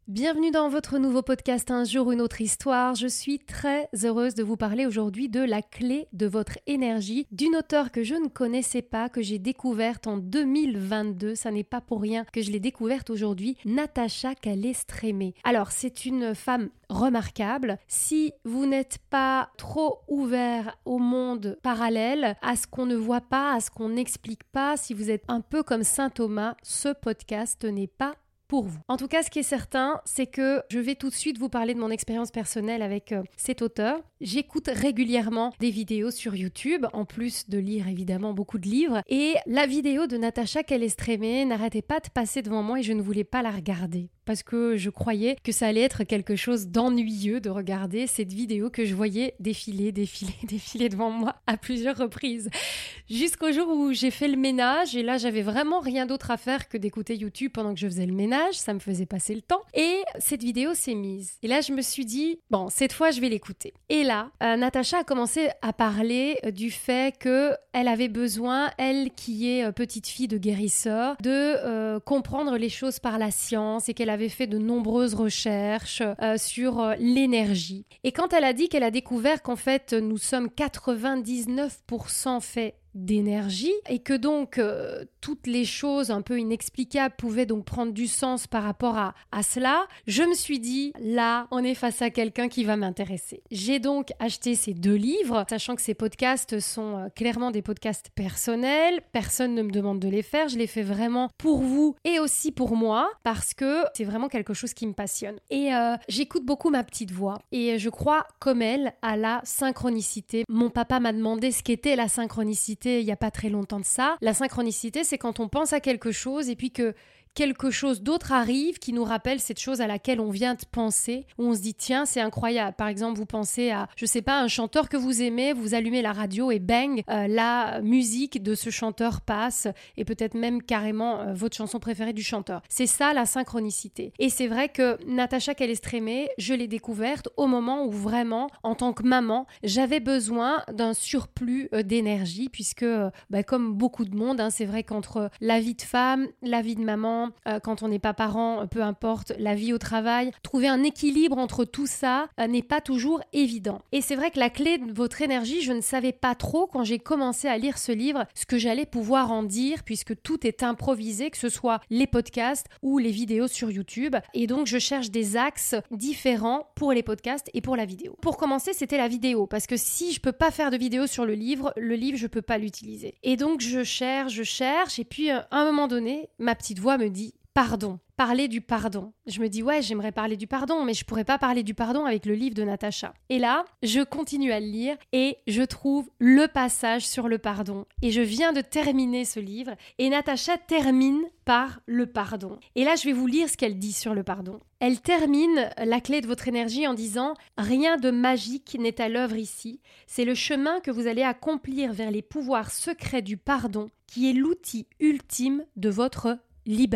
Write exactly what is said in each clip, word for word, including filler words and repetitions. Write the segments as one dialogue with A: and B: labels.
A: Bienvenue dans votre nouveau podcast Un jour une autre histoire. Je suis très heureuse de vous parler aujourd'hui de la clé de votre énergie d'une auteure que je ne connaissais pas, que j'ai découverte en deux mille vingt-deux. Ça n'est pas pour rien que je l'ai découverte aujourd'hui, Natacha Calestrémé. Alors, c'est une femme remarquable. Si vous n'êtes pas trop ouvert au monde parallèle, à ce qu'on ne voit pas, à ce qu'on n'explique pas, si vous êtes un peu comme Saint Thomas, ce podcast n'est pas pour vous. En tout cas, ce qui est certain, c'est que je vais tout de suite vous parler de mon expérience personnelle avec euh, cet auteur. J'écoute régulièrement des vidéos sur YouTube, en plus de lire évidemment beaucoup de livres. Et la vidéo de Natacha Calestrémé n'arrêtait pas de passer devant moi et je ne voulais pas la regarder. Parce que je croyais que ça allait être quelque chose d'ennuyeux de regarder cette vidéo que je voyais défiler, défiler, défiler devant moi à plusieurs reprises. Jusqu'au jour où j'ai fait le ménage et là j'avais vraiment rien d'autre à faire que d'écouter YouTube pendant que je faisais le ménage, ça me faisait passer le temps. Et cette vidéo s'est mise. Et là je me suis dit, bon, cette fois je vais l'écouter. Et là, euh, Natacha a commencé à parler euh, du fait qu'elle avait besoin, elle qui est euh, petite fille de guérisseur, de euh, comprendre les choses par la science et qu'elle avait fait de nombreuses recherches euh, sur euh, l'énergie. Et quand elle a dit qu'elle a découvert qu'en fait nous sommes quatre-vingt-dix-neuf pour cent faits d'énergie et que donc euh, toutes les choses un peu inexplicables pouvaient donc prendre du sens par rapport à, à cela, je me suis dit, là, on est face à quelqu'un qui va m'intéresser. J'ai donc acheté ces deux livres, sachant que ces podcasts sont euh, clairement des podcasts personnels, personne ne me demande de les faire, je les fais vraiment pour vous et aussi pour moi, parce que c'est vraiment quelque chose qui me passionne. Et euh, j'écoute beaucoup ma petite voix, et je crois, comme elle, à la synchronicité. Mon papa m'a demandé ce qu'était la synchronicité il n'y a pas très longtemps de ça. La synchronicité, c'est quand on pense à quelque chose et puis que quelque chose d'autre arrive qui nous rappelle cette chose à laquelle on vient de penser, où on se dit tiens, c'est incroyable. Par exemple, vous pensez à, je sais pas, un chanteur que vous aimez, vous allumez la radio et bang, euh, la musique de ce chanteur passe et peut-être même carrément euh, votre chanson préférée du chanteur. C'est ça la synchronicité. Et c'est vrai que Natacha Calestrémé, je l'ai découverte au moment où vraiment, en tant que maman, j'avais besoin d'un surplus euh, d'énergie puisque, euh, bah, comme beaucoup de monde, hein, c'est vrai qu'entre la vie de femme, la vie de maman, Euh, quand on n'est pas parent, peu importe, la vie au travail, trouver un équilibre entre tout ça euh, n'est pas toujours évident. Et c'est vrai que la clé de votre énergie, je ne savais pas trop quand j'ai commencé à lire ce livre ce que j'allais pouvoir en dire puisque tout est improvisé, que ce soit les podcasts ou les vidéos sur YouTube. Et donc je cherche des axes différents pour les podcasts et pour la vidéo. Pour commencer, c'était la vidéo parce que si je peux pas faire de vidéo sur le livre, le livre je peux pas l'utiliser. Et donc je cherche, je cherche et puis euh, à un moment donné, ma petite voix me dit pardon, parler du pardon. Je me dis ouais, j'aimerais parler du pardon, mais je pourrais pas parler du pardon avec le livre de Natacha. Et là, je continue à le lire et je trouve le passage sur le pardon. Et je viens de terminer ce livre et Natacha termine par le pardon. Et là, je vais vous lire ce qu'elle dit sur le pardon. Elle termine la clé de votre énergie en disant « Rien de magique n'est à l'œuvre ici. C'est le chemin que vous allez accomplir vers les pouvoirs secrets du pardon qui est l'outil ultime de votre libération. »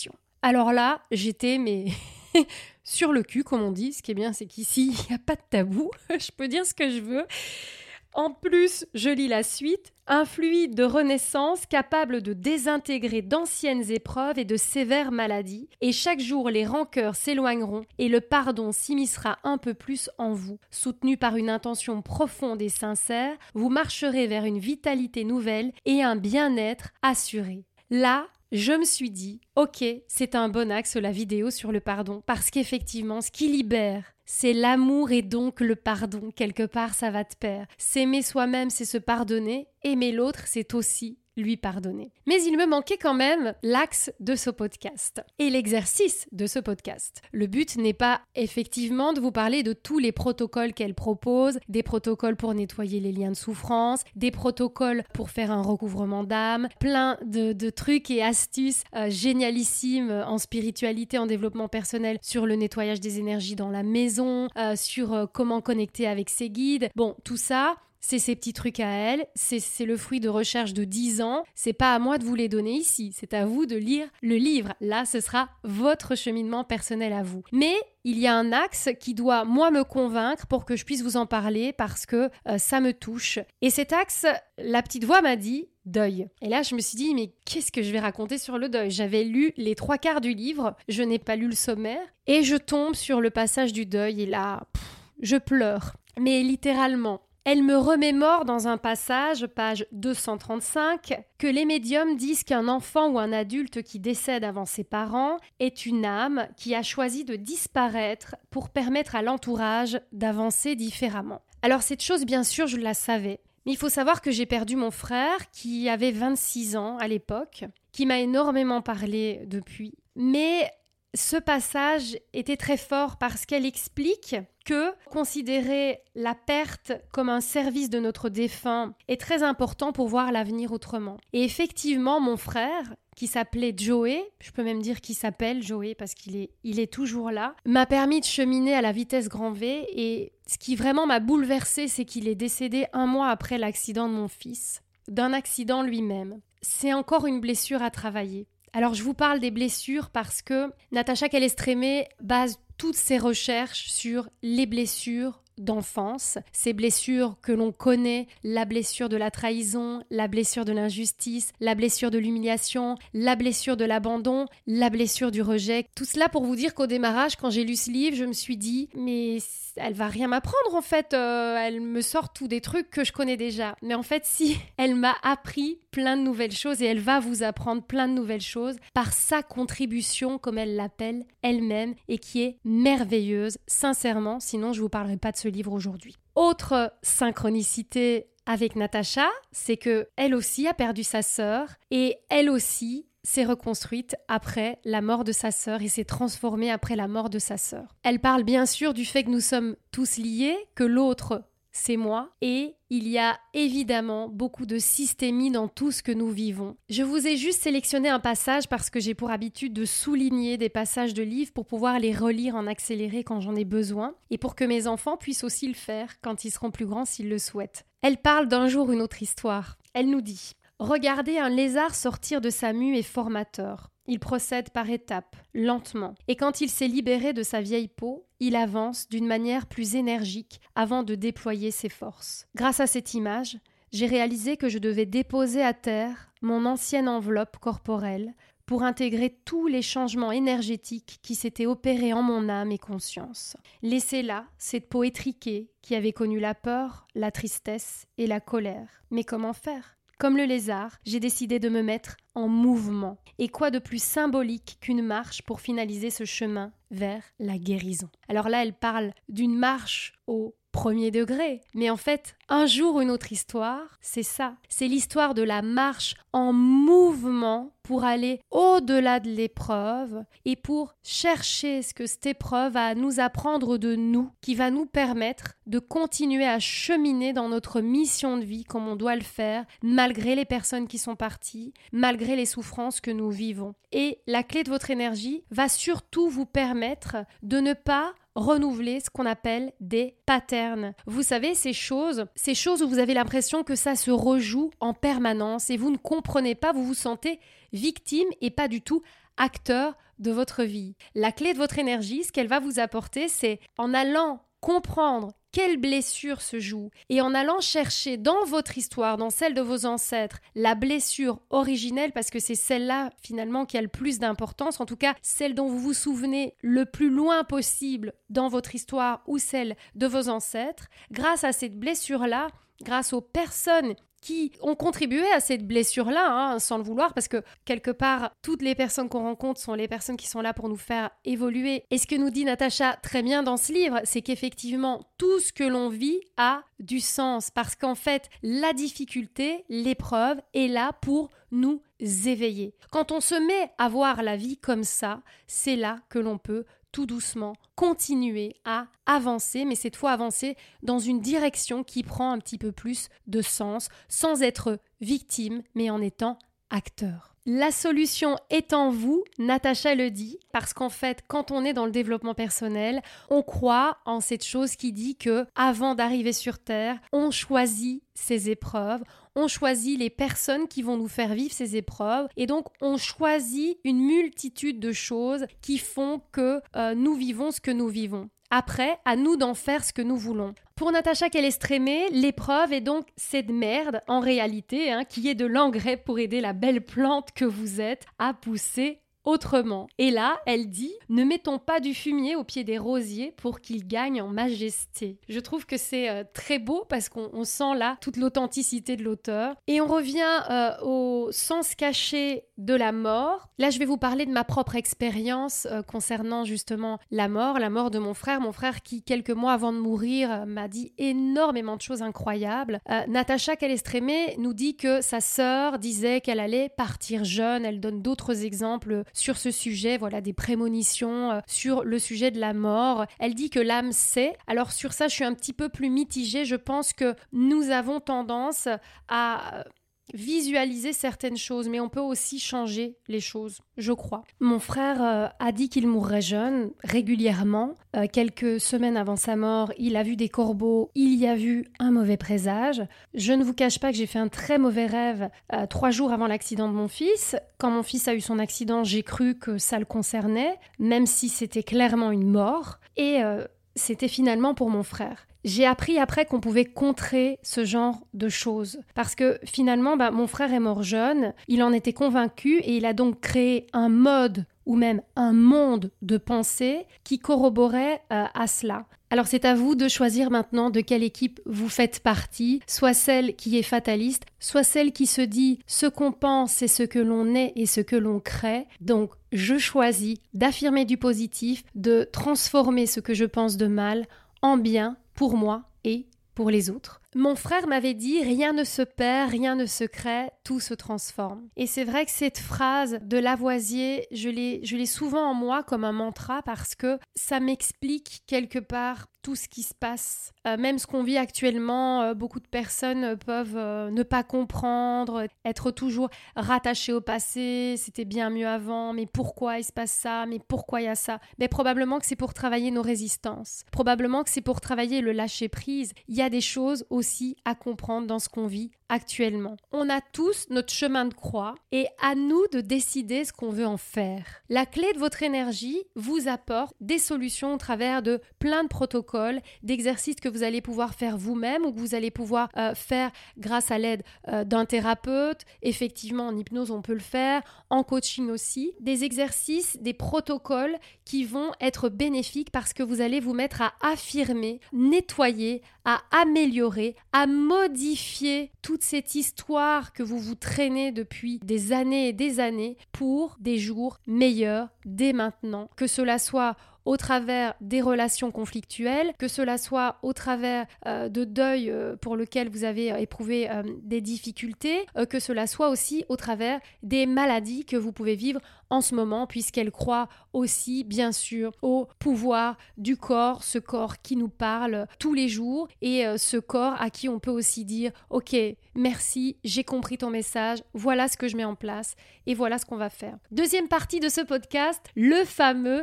A: Alors là, j'étais mais sur le cul, comme on dit. Ce qui est bien, c'est qu'ici, il n'y a pas de tabou. Je peux dire ce que je veux. En plus, je lis la suite. Un fluide de renaissance capable de désintégrer d'anciennes épreuves et de sévères maladies. Et chaque jour, les rancœurs s'éloigneront et le pardon s'immiscera un peu plus en vous. Soutenu par une intention profonde et sincère, vous marcherez vers une vitalité nouvelle et un bien-être assuré. Là, je me suis dit, ok, c'est un bon axe la vidéo sur le pardon, parce qu'effectivement, ce qui libère, c'est l'amour et donc le pardon. Quelque part, ça va de pair. S'aimer soi-même, c'est se pardonner. Aimer l'autre, c'est aussi lui pardonner. Mais il me manquait quand même l'axe de ce podcast et l'exercice de ce podcast. Le but n'est pas effectivement de vous parler de tous les protocoles qu'elle propose, des protocoles pour nettoyer les liens de souffrance, des protocoles pour faire un recouvrement d'âme, plein de, de trucs et astuces euh, génialissimes en spiritualité, en développement personnel, sur le nettoyage des énergies dans la maison, euh, sur euh, comment connecter avec ses guides. Bon, tout ça, c'est ses petits trucs à elle, c'est, c'est le fruit de recherche de dix ans, c'est pas à moi de vous les donner ici, c'est à vous de lire le livre. Là, ce sera votre cheminement personnel à vous. Mais il y a un axe qui doit, moi, me convaincre pour que je puisse vous en parler parce que euh, ça me touche. Et cet axe, la petite voix m'a dit, deuil. Et là, je me suis dit, mais qu'est-ce que je vais raconter sur le deuil ? J'avais lu les trois quarts du livre, je n'ai pas lu le sommaire, et je tombe sur le passage du deuil, et là, pff, je pleure. Mais littéralement. Elle me remémore dans un passage, page deux cent trente-cinq, que les médiums disent qu'un enfant ou un adulte qui décède avant ses parents est une âme qui a choisi de disparaître pour permettre à l'entourage d'avancer différemment. Alors cette chose, bien sûr, je la savais. Mais il faut savoir que j'ai perdu mon frère, qui avait vingt-six ans à l'époque, qui m'a énormément parlé depuis. Mais ce passage était très fort parce qu'elle explique que considérer la perte comme un service de notre défunt est très important pour voir l'avenir autrement. Et effectivement, mon frère, qui s'appelait Joey, je peux même dire qu'il s'appelle Joey parce qu'il est, il est toujours là, m'a permis de cheminer à la vitesse grand V, et ce qui vraiment m'a bouleversée, c'est qu'il est décédé un mois après l'accident de mon fils, d'un accident lui-même. C'est encore une blessure à travailler. Alors je vous parle des blessures parce que Natacha Calestrémé base toutes ses recherches sur les blessures d'enfance, ces blessures que l'on connaît, la blessure de la trahison, la blessure de l'injustice, la blessure de l'humiliation, la blessure de l'abandon, la blessure du rejet. Tout cela pour vous dire qu'au démarrage, quand j'ai lu ce livre, je me suis dit, mais elle va rien m'apprendre en fait, euh, elle me sort tous des trucs que je connais déjà. Mais en fait, si, elle m'a appris plein de nouvelles choses, et elle va vous apprendre plein de nouvelles choses par sa contribution, comme elle l'appelle elle-même, et qui est merveilleuse, sincèrement, sinon je vous parlerai pas de ce livre aujourd'hui. Autre synchronicité avec Natacha, c'est que elle aussi a perdu sa sœur, et elle aussi s'est reconstruite après la mort de sa sœur et s'est transformée après la mort de sa sœur. Elle parle bien sûr du fait que nous sommes tous liés, que l'autre c'est moi, et il y a évidemment beaucoup de systémie dans tout ce que nous vivons. Je vous ai juste sélectionné un passage parce que j'ai pour habitude de souligner des passages de livres pour pouvoir les relire en accéléré quand j'en ai besoin, et pour que mes enfants puissent aussi le faire quand ils seront plus grands s'ils le souhaitent. Elle parle d'un jour une autre histoire. Elle nous dit « Regarder un lézard sortir de sa mue est formateur. Il procède par étapes, lentement, et quand il s'est libéré de sa vieille peau, il avance d'une manière plus énergique avant de déployer ses forces. Grâce à cette image, j'ai réalisé que je devais déposer à terre mon ancienne enveloppe corporelle pour intégrer tous les changements énergétiques qui s'étaient opérés en mon âme et conscience. Laisser là cette peau étriquée qui avait connu la peur, la tristesse et la colère. Mais comment faire ? Comme le lézard, j'ai décidé de me mettre en mouvement. Et quoi de plus symbolique qu'une marche pour finaliser ce chemin vers la guérison. Alors là, elle parle d'une marche au premier degré. Mais en fait, un jour une autre histoire, c'est ça. C'est l'histoire de la marche en mouvement pour aller au-delà de l'épreuve et pour chercher ce que cette épreuve a à nous apprendre de nous, qui va nous permettre de continuer à cheminer dans notre mission de vie comme on doit le faire, malgré les personnes qui sont parties, malgré les souffrances que nous vivons. Et la clé de votre énergie va surtout vous permettre de ne pas renouveler ce qu'on appelle des patterns. Vous savez, ces choses, ces choses où vous avez l'impression que ça se rejoue en permanence et vous ne comprenez pas, vous vous sentez victime et pas du tout acteur de votre vie. La clé de votre énergie, ce qu'elle va vous apporter, c'est en allant comprendre quelle blessure se joue et en allant chercher dans votre histoire, dans celle de vos ancêtres, la blessure originelle, parce que c'est celle-là finalement qui a le plus d'importance, en tout cas celle dont vous vous souvenez le plus loin possible dans votre histoire ou celle de vos ancêtres. Grâce à cette blessure-là, grâce aux personnes qui ont contribué à cette blessure-là, hein, sans le vouloir, parce que quelque part, toutes les personnes qu'on rencontre sont les personnes qui sont là pour nous faire évoluer. Et ce que nous dit Natacha très bien dans ce livre, c'est qu'effectivement, tout ce que l'on vit a du sens, parce qu'en fait, la difficulté, l'épreuve est là pour nous éveiller. Quand on se met à voir la vie comme ça, c'est là que l'on peut tout doucement continuer à avancer, mais cette fois avancer dans une direction qui prend un petit peu plus de sens, sans être victime, mais en étant acteur. La solution est en vous, Natacha le dit, parce qu'en fait, quand on est dans le développement personnel, on croit en cette chose qui dit que, avant d'arriver sur Terre, on choisit ses épreuves, on choisit les personnes qui vont nous faire vivre ces épreuves et donc on choisit une multitude de choses qui font que euh, nous vivons ce que nous vivons. Après, à nous d'en faire ce que nous voulons. Pour Natacha Kelestrémé, l'épreuve est donc cette merde, en réalité, hein, qui est de l'engrais pour aider la belle plante que vous êtes à pousser autrement. Et là, elle dit « Ne mettons pas du fumier au pied des rosiers pour qu'ils gagnent en majesté ». Je trouve que c'est euh, très beau parce qu'on on sent là toute l'authenticité de l'auteur. Et on revient euh, au sens caché de la mort. Là, je vais vous parler de ma propre expérience euh, concernant justement la mort, la mort de mon frère. Mon frère qui, quelques mois avant de mourir, euh, m'a dit énormément de choses incroyables. Euh, Natacha Kelestrémé nous dit que sa sœur disait qu'elle allait partir jeune. Elle donne d'autres exemples sur ce sujet, voilà, des prémonitions euh, sur le sujet de la mort. Elle dit que l'âme sait. Alors sur ça, je suis un petit peu plus mitigée. Je pense que nous avons tendance à visualiser certaines choses, mais on peut aussi changer les choses, je crois. Mon frère euh, a dit qu'il mourrait jeune, régulièrement. Euh, quelques semaines avant sa mort, il a vu des corbeaux, il y a vu un mauvais présage. Je ne vous cache pas que j'ai fait un très mauvais rêve euh, trois jours avant l'accident de mon fils. Quand mon fils a eu son accident, j'ai cru que ça le concernait, même si c'était clairement une mort. Et euh, c'était finalement pour mon frère. J'ai appris après qu'on pouvait contrer ce genre de choses. Parce que finalement, bah, mon frère est mort jeune, il en était convaincu et il a donc créé un mode ou même un monde de pensée qui corroborait euh, à cela. Alors c'est à vous de choisir maintenant de quelle équipe vous faites partie, soit celle qui est fataliste, soit celle qui se dit ce qu'on pense c'est ce que l'on est et ce que l'on crée. Donc je choisis d'affirmer du positif, de transformer ce que je pense de mal en bien pour moi et pour les autres. Mon frère m'avait dit « Rien ne se perd, rien ne se crée, tout se transforme ». Et c'est vrai que cette phrase de Lavoisier, je l'ai, je l'ai souvent en moi comme un mantra parce que ça m'explique quelque part tout ce qui se passe. Euh, même ce qu'on vit actuellement, euh, beaucoup de personnes peuvent euh, ne pas comprendre, être toujours rattachées au passé, c'était bien mieux avant, mais pourquoi il se passe ça, mais pourquoi il y a ça? Mais probablement que c'est pour travailler nos résistances, probablement que c'est pour travailler le lâcher-prise. Il y a des choses aussi à comprendre dans ce qu'on vit actuellement. On a tous notre chemin de croix et à nous de décider ce qu'on veut en faire. La clé de votre énergie vous apporte des solutions au travers de plein de protocoles, d'exercices que vous allez pouvoir faire vous-même ou que vous allez pouvoir euh, faire grâce à l'aide euh, d'un thérapeute. Effectivement, en hypnose, on peut le faire, en coaching aussi. Des exercices, des protocoles qui vont être bénéfiques parce que vous allez vous mettre à affirmer, nettoyer, à améliorer, à modifier toute cette histoire que vous vous traînez depuis des années et des années pour des jours meilleurs dès maintenant. Que cela soit au travers des relations conflictuelles, que cela soit au travers euh, de deuil euh, pour lequel vous avez euh, éprouvé euh, des difficultés, euh, que cela soit aussi au travers des maladies que vous pouvez vivre en ce moment, puisqu'elle croit aussi, bien sûr, au pouvoir du corps, ce corps qui nous parle tous les jours et euh, ce corps à qui on peut aussi dire « Ok, merci, j'ai compris ton message, voilà ce que je mets en place et voilà ce qu'on va faire. » Deuxième partie de ce podcast, le fameux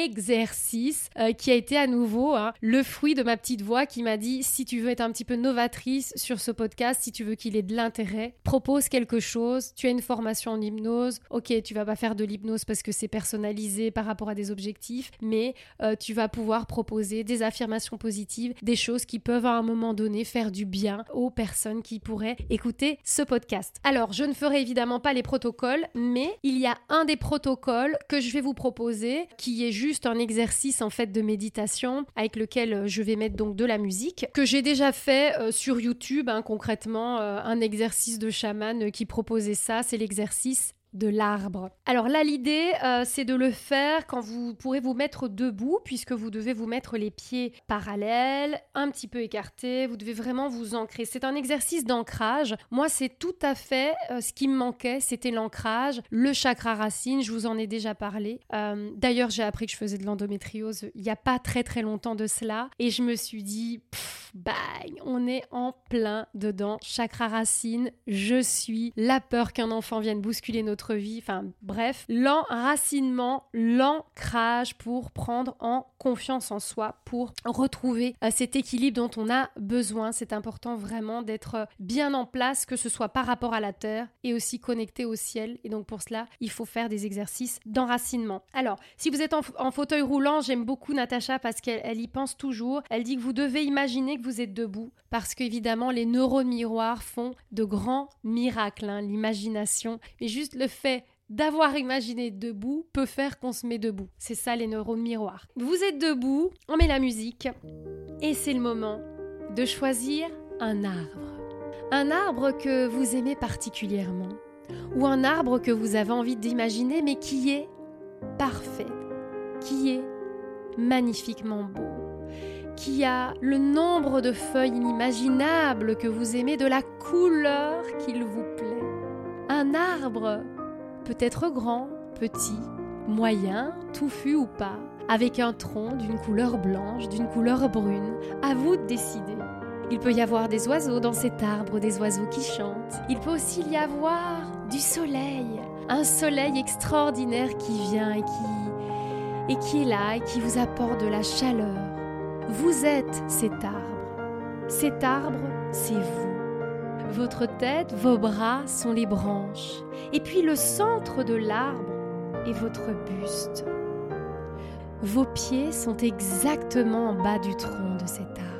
A: exercice euh, qui a été à nouveau hein, le fruit de ma petite voix qui m'a dit si tu veux être un petit peu novatrice sur ce podcast, si tu veux qu'il ait de l'intérêt, propose quelque chose. Tu as une formation en hypnose, ok, tu vas pas faire de l'hypnose parce que c'est personnalisé par rapport à des objectifs, mais euh, tu vas pouvoir proposer des affirmations positives, des choses qui peuvent à un moment donné faire du bien aux personnes qui pourraient écouter ce podcast. Alors, je ne ferai évidemment pas les protocoles, mais il y a un des protocoles que je vais vous proposer qui est juste un exercice en fait de méditation avec lequel je vais mettre donc de la musique que j'ai déjà fait euh, sur YouTube hein, concrètement euh, un exercice de chaman euh, qui proposait ça, c'est l'exercice de l'arbre. Alors là, l'idée, euh, c'est de le faire quand vous pourrez vous mettre debout, puisque vous devez vous mettre les pieds parallèles, un petit peu écartés. Vous devez vraiment vous ancrer. C'est un exercice d'ancrage. Moi, c'est tout à fait euh, ce qui me manquait, c'était l'ancrage, le chakra racine. Je vous en ai déjà parlé. Euh, d'ailleurs, j'ai appris que je faisais de l'endométriose il n'y a pas très très longtemps de cela, et je me suis dit... Pff, bang, on est en plein dedans. Chakra racine, je suis, la peur qu'un enfant vienne bousculer notre vie, enfin bref, l'enracinement, l'ancrage pour prendre en confiance en soi, pour retrouver euh, cet équilibre dont on a besoin. C'est important vraiment d'être bien en place, que ce soit par rapport à la terre et aussi connecté au ciel. Et donc pour cela, il faut faire des exercices d'enracinement. Alors, si vous êtes en, en fauteuil roulant, j'aime beaucoup Natacha parce qu'elle elle y pense toujours. Elle dit que vous devez imaginer que vous êtes debout parce qu'évidemment, les neurones miroirs font de grands miracles, hein, l'imagination. Mais juste le fait d'avoir imaginé debout peut faire qu'on se met debout. C'est ça les neurones miroirs. Vous êtes debout, on met la musique et c'est le moment de choisir un arbre. Un arbre que vous aimez particulièrement ou un arbre que vous avez envie d'imaginer mais qui est parfait, qui est magnifiquement beau, qui a le nombre de feuilles inimaginables que vous aimez, de la couleur qu'il vous plaît. Un arbre peut être grand, petit, moyen, touffu ou pas, avec un tronc d'une couleur blanche, d'une couleur brune. À vous de décider. Il peut y avoir des oiseaux dans cet arbre, des oiseaux qui chantent. Il peut aussi y avoir du soleil, un soleil extraordinaire qui vient et qui, et qui est là et qui vous apporte de la chaleur. Vous êtes cet arbre. Cet arbre, c'est vous. Votre tête, vos bras sont les branches. Et puis le centre de l'arbre est votre buste. Vos pieds sont exactement en bas du tronc de cet arbre.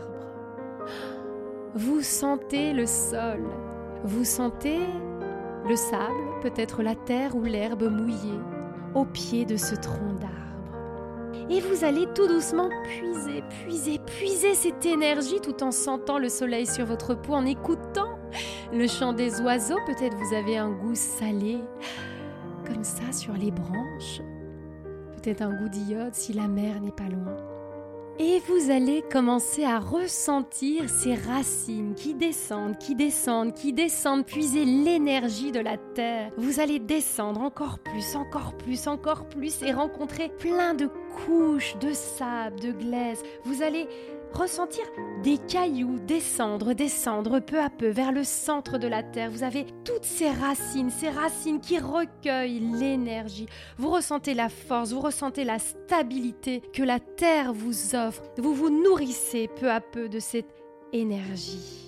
A: Vous sentez le sol. Vous sentez le sable, peut-être la terre ou l'herbe mouillée, au pied de ce tronc d'arbre. Et vous allez tout doucement puiser, puiser, puiser cette énergie tout en sentant le soleil sur votre peau, en écoutant le chant des oiseaux. Peut-être vous avez un goût salé, comme ça sur les branches. Peut-être un goût d'iode si la mer n'est pas loin. Et vous allez commencer à ressentir ces racines qui descendent, qui descendent, qui descendent, puiser l'énergie de la terre. Vous allez descendre encore plus, encore plus, encore plus et rencontrer plein de couches de sable, de glaise. Vous allez ressentir des cailloux descendre, descendre peu à peu vers le centre de la terre. Vous avez toutes ces racines, ces racines qui recueillent l'énergie. Vous ressentez la force, vous ressentez la stabilité que la terre vous offre. Vous vous nourrissez peu à peu de cette énergie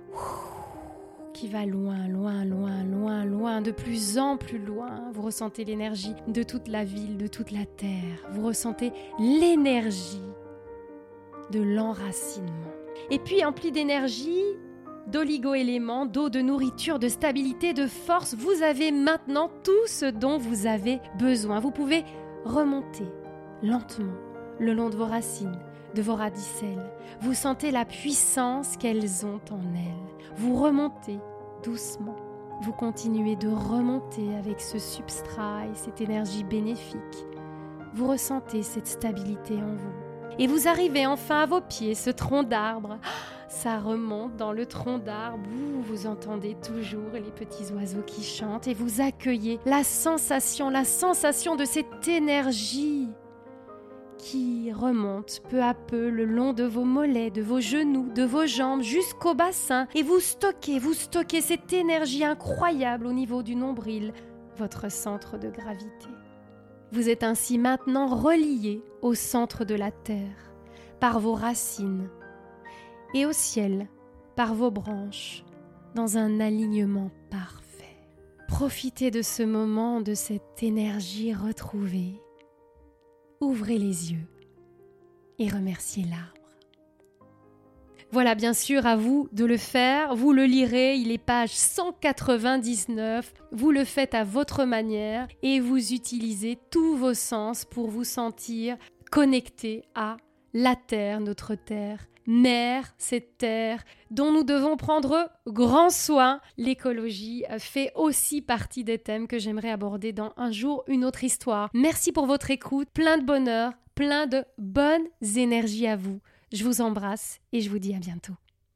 A: qui va loin, loin, loin, loin, loin, de plus en plus loin. Vous ressentez l'énergie de toute la ville, de toute la terre. Vous ressentez l'énergie de l'enracinement. Et puis, empli d'énergie, d'oligo-éléments, d'eau, de nourriture, de stabilité, de force, vous avez maintenant tout ce dont vous avez besoin. Vous pouvez remonter lentement le long de vos racines, de vos radicelles. Vous sentez la puissance qu'elles ont en elles. Vous remontez doucement. Vous continuez de remonter avec ce substrat et cette énergie bénéfique. Vous ressentez cette stabilité en vous. Et vous arrivez enfin à vos pieds, ce tronc d'arbre. Ça remonte dans le tronc d'arbre où vous entendez toujours les petits oiseaux qui chantent et vous accueillez la sensation, la sensation de cette énergie qui remonte peu à peu le long de vos mollets, de vos genoux, de vos jambes jusqu'au bassin. Et vous stockez, vous stockez cette énergie incroyable au niveau du nombril, votre centre de gravité. Vous êtes ainsi maintenant relié au centre de la terre, par vos racines, et au ciel, par vos branches, dans un alignement parfait. Profitez de ce moment, de cette énergie retrouvée. Ouvrez les yeux et remerciez l'arbre. Voilà, bien sûr, à vous de le faire. Vous le lirez, il est page cent quatre-vingt-dix-neuf. Vous le faites à votre manière et vous utilisez tous vos sens pour vous sentir connecté à la terre, notre terre, mère, cette terre dont nous devons prendre grand soin. L'écologie fait aussi partie des thèmes que j'aimerais aborder dans Un jour, une autre histoire. Merci pour votre écoute, plein de bonheur, plein de bonnes énergies à vous. Je vous embrasse et je vous dis à bientôt.